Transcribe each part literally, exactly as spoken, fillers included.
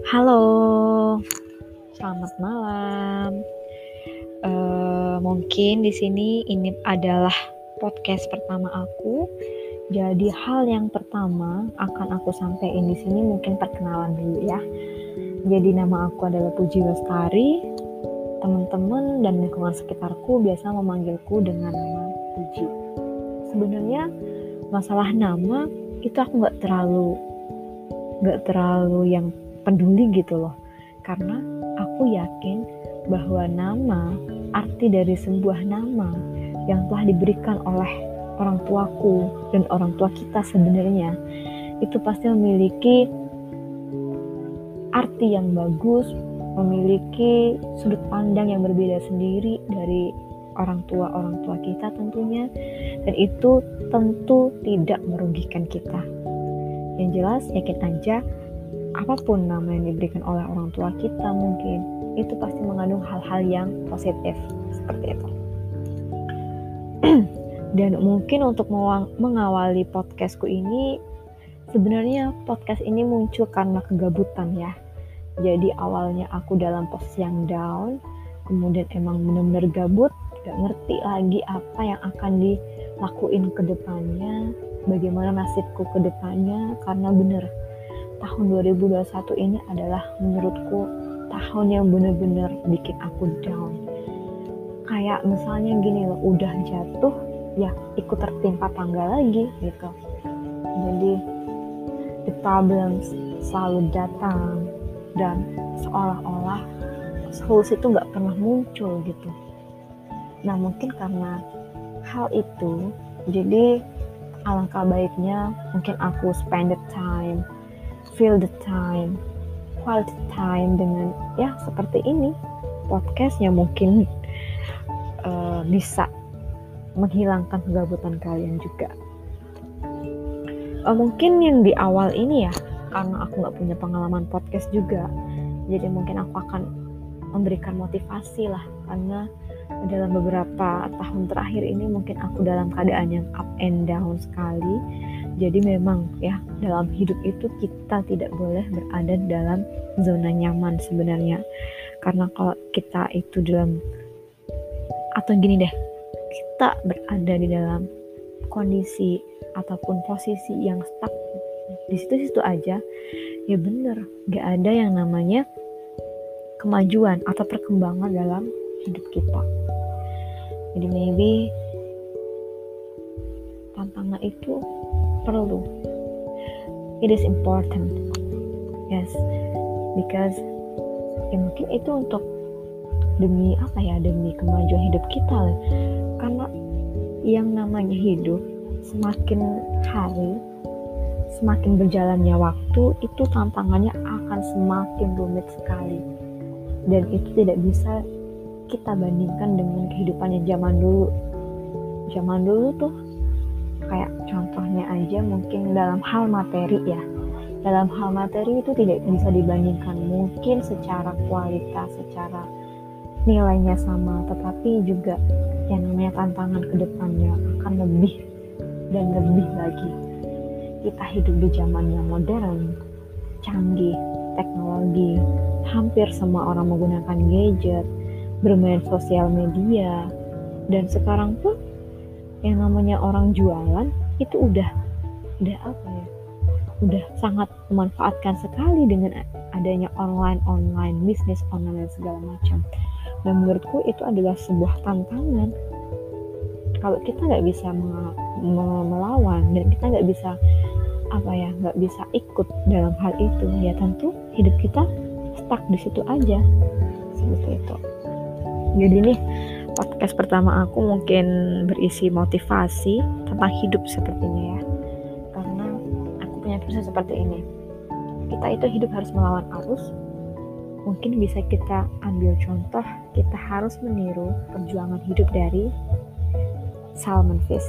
Halo, selamat malam. Uh, mungkin di sini ini adalah podcast pertama aku. Jadi hal yang pertama akan aku sampaikan di sini mungkin perkenalan dulu ya. Jadi nama aku adalah Puji Lestari. Teman-teman dan lingkungan sekitarku biasa memanggilku dengan nama Puji. Sebenarnya masalah nama itu aku nggak terlalu nggak terlalu yang peduli gitu loh, karena aku yakin bahwa nama, arti dari sebuah nama yang telah diberikan oleh orang tuaku dan orang tua kita sebenarnya itu pasti memiliki arti yang bagus, memiliki sudut pandang yang berbeda sendiri dari orang tua orang tua kita tentunya, dan itu tentu tidak merugikan kita. Yang jelas yakin aja apapun nama yang diberikan oleh orang tua kita mungkin itu pasti mengandung hal-hal yang positif seperti itu. Dan mungkin untuk mengawali podcastku ini, sebenarnya podcast ini muncul karena kegabutan ya. Jadi awalnya aku dalam posisi yang down, kemudian emang benar-benar gabut, gak ngerti lagi apa yang akan dilakuin ke depannya, bagaimana nasibku ke depannya, karena bener tahun dua ribu dua puluh satu ini adalah menurutku tahun yang benar-benar bikin aku down. Kayak misalnya gini loh, udah jatuh ya ikut tertimpa tangga lagi gitu. Jadi the problems selalu datang dan seolah-olah solusi itu nggak pernah muncul gitu. Nah mungkin karena hal itu, jadi alangkah baiknya mungkin aku spend the time, feel the time, quality time dengan ya seperti ini, podcastnya mungkin uh, bisa menghilangkan kegabutan kalian juga. Uh, mungkin yang di awal ini ya, karena aku nggak punya pengalaman podcast juga, jadi mungkin aku akan memberikan motivasi lah, karena dalam beberapa tahun terakhir ini mungkin aku dalam keadaan yang up and down sekali. Jadi memang ya dalam hidup itu kita tidak boleh berada dalam zona nyaman sebenarnya. Karena kalau kita itu dalam, atau gini deh, kita berada di dalam kondisi ataupun posisi yang stuck di situ-situ aja, ya bener gak ada yang namanya kemajuan atau perkembangan dalam hidup kita. Jadi maybe tantangan itu perlu, it is important, yes, because ya mungkin itu untuk demi apa ya, demi kemajuan hidup kita lah. Karena yang namanya hidup, semakin hari semakin berjalannya waktu, itu tantangannya akan semakin rumit sekali, dan itu tidak bisa kita bandingkan dengan kehidupan yang zaman dulu. Zaman dulu tuh kayak contohnya aja mungkin dalam hal materi ya. Dalam hal materi itu tidak bisa dibandingkan, mungkin secara kualitas, secara nilainya sama, tetapi juga yang namanya tantangan ke depannya akan lebih dan lebih lagi. Kita hidup di zaman yang modern, canggih, teknologi, hampir semua orang menggunakan gadget, bermain sosial media, dan sekarang pun yang namanya orang jualan itu udah udah apa ya, udah sangat memanfaatkan sekali dengan adanya online online bisnis online dan segala macam. Dan menurutku itu adalah sebuah tantangan. Kalau kita nggak bisa melawan dan kita nggak bisa apa ya nggak bisa ikut dalam hal itu, ya tentu hidup kita stuck di situ aja seperti itu. Jadi nih podcast pertama aku mungkin berisi motivasi tentang hidup sepertinya ya, karena aku punya prinsip seperti ini, kita itu hidup harus melawan arus. Mungkin bisa kita ambil contoh, kita harus meniru perjuangan hidup dari Salman Fish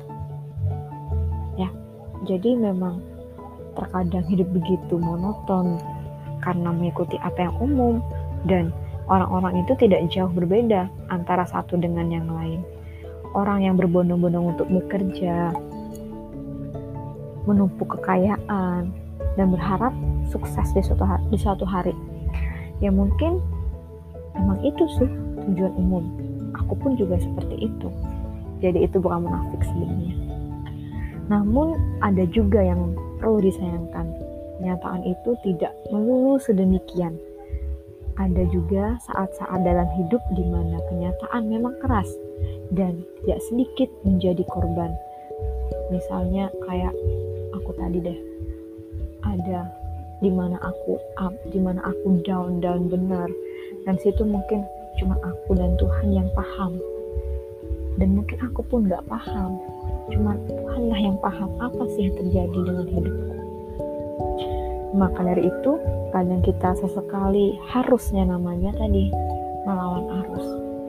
ya. Jadi memang terkadang hidup begitu monoton karena mengikuti apa yang umum, dan orang-orang itu tidak jauh berbeda antara satu dengan yang lain. Orang yang berbondong-bondong untuk bekerja, menumpuk kekayaan, dan berharap sukses di suatu hari, di suatu hari. Ya mungkin memang itu sih tujuan umum. Aku pun juga seperti itu. Jadi itu bukan munafik sebenarnya. Namun ada juga yang perlu disayangkan. Kenyataan itu tidak melulu sedemikian. Ada juga saat-saat dalam hidup di mana kenyataan memang keras dan tidak sedikit menjadi korban. Misalnya kayak aku tadi deh, ada di mana aku up, di mana aku down down benar, dan situ mungkin cuma aku dan Tuhan yang paham, dan mungkin aku pun nggak paham, cuma Tuhanlah yang paham apa sih yang terjadi dengan hidupku. Maka dari itu kadang kita sesekali harusnya namanya tadi melawan arus.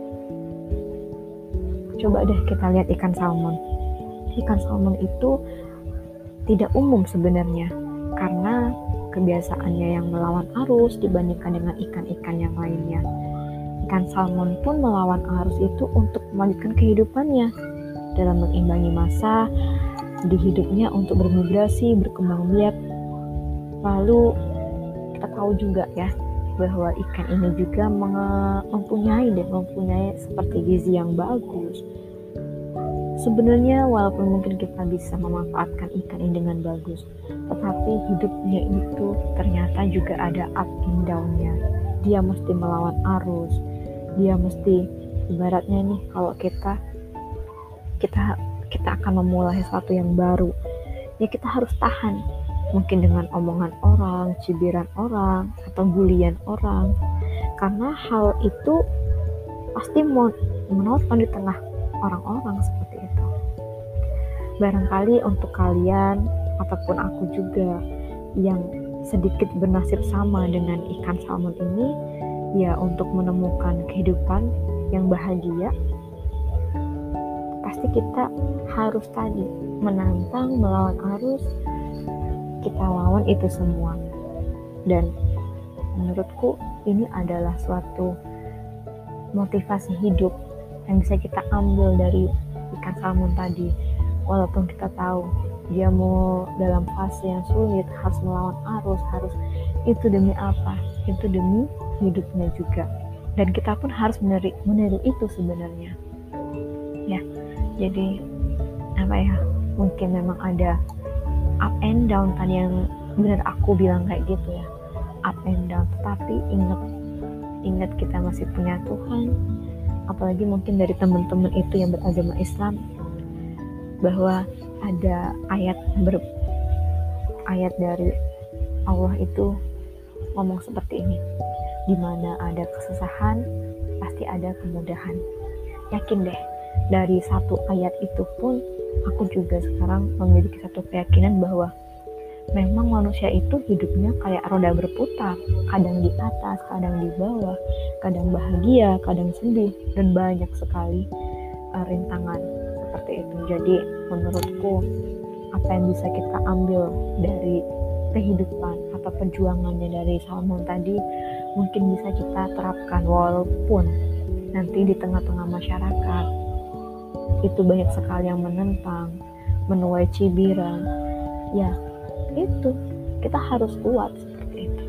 Coba deh kita lihat ikan salmon. Ikan salmon itu tidak umum sebenarnya, karena kebiasaannya yang melawan arus dibandingkan dengan ikan-ikan yang lainnya. Ikan salmon pun melawan arus itu untuk melanjutkan kehidupannya dalam mengimbangi masa di hidupnya untuk bermigrasi, berkembang biak. Lalu kita tahu juga ya bahwa ikan ini juga mempunyai dan mempunyai seperti gizi yang bagus. Sebenarnya walaupun mungkin kita bisa memanfaatkan ikan ini dengan bagus, tetapi hidupnya itu ternyata juga ada up and down-nya. Dia mesti melawan arus. Dia mesti, ibaratnya nih kalau kita kita kita akan memulai sesuatu yang baru, ya kita harus tahan. Mungkin dengan omongan orang, cibiran orang, atau bulian orang. Karena hal itu pasti menonton di tengah orang-orang seperti itu. Barangkali untuk kalian, ataupun aku juga, yang sedikit bernasib sama dengan ikan salmon ini, ya untuk menemukan kehidupan yang bahagia, pasti kita harus tadi menantang, melawan arus. Kita lawan itu semua. Dan menurutku ini adalah suatu motivasi hidup yang bisa kita ambil dari ikan salmon tadi. Walaupun kita tahu dia mau dalam fase yang sulit, harus melawan arus, harus itu demi apa? Itu demi hidupnya juga. Dan kita pun harus meniru, meniru itu sebenarnya. Ya, jadi apa ya? Mungkin memang ada up and down tadi yang benar aku bilang kayak gitu ya, up and down. Tetapi ingat, ingat kita masih punya Tuhan. Apalagi mungkin dari teman-teman itu yang beragama Islam, bahwa ada ayat ber, ayat dari Allah itu ngomong seperti ini, di mana ada kesusahan pasti ada kemudahan. Yakin deh, dari satu ayat itu pun aku juga sekarang memiliki satu keyakinan bahwa memang manusia itu hidupnya kayak roda berputar, kadang di atas, kadang di bawah, kadang bahagia, kadang sedih, dan banyak sekali uh, rintangan seperti itu. Jadi menurutku apa yang bisa kita ambil dari kehidupan atau perjuangannya dari salmon tadi mungkin bisa kita terapkan, walaupun nanti di tengah-tengah masyarakat itu banyak sekali yang menentang, menuai cibiran. Ya, itu kita harus kuat seperti itu.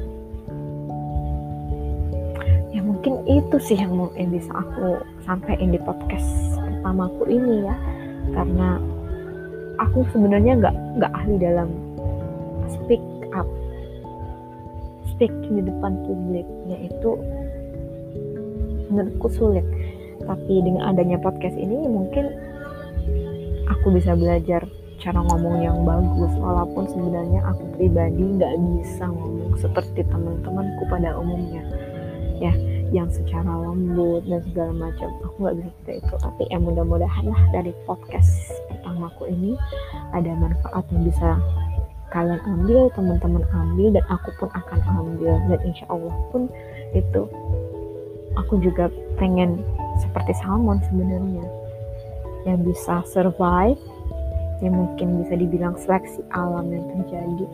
Ya mungkin itu sih yang mungkin bisa aku sampaikan di podcast pertamaku ini ya, karena aku sebenarnya nggak nggak ahli dalam speak up, speak di depan publik, yaitu menurutku sulit. Tapi dengan adanya podcast ini mungkin aku bisa belajar cara ngomong yang bagus, walaupun sebenarnya aku pribadi nggak bisa ngomong seperti teman-temanku pada umumnya ya, yang secara lembut dan segala macam. Aku nggak bisa seperti itu. Tapi ya mudah-mudahan lah dari podcast pertamaku ini ada manfaat yang bisa kalian ambil, teman-teman ambil, dan aku pun akan ambil. Dan insya Allah pun itu aku juga pengen seperti salmon sebenarnya, yang bisa survive, yang mungkin bisa dibilang seleksi alam yang terjadi.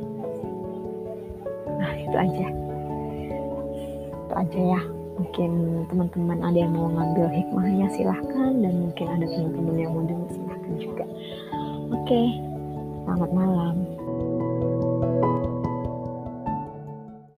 Nah itu aja itu aja ya. Mungkin teman-teman ada yang mau ngambil hikmahnya silahkan, dan mungkin ada teman-teman yang mau dengar silahkan juga. Oke, selamat malam.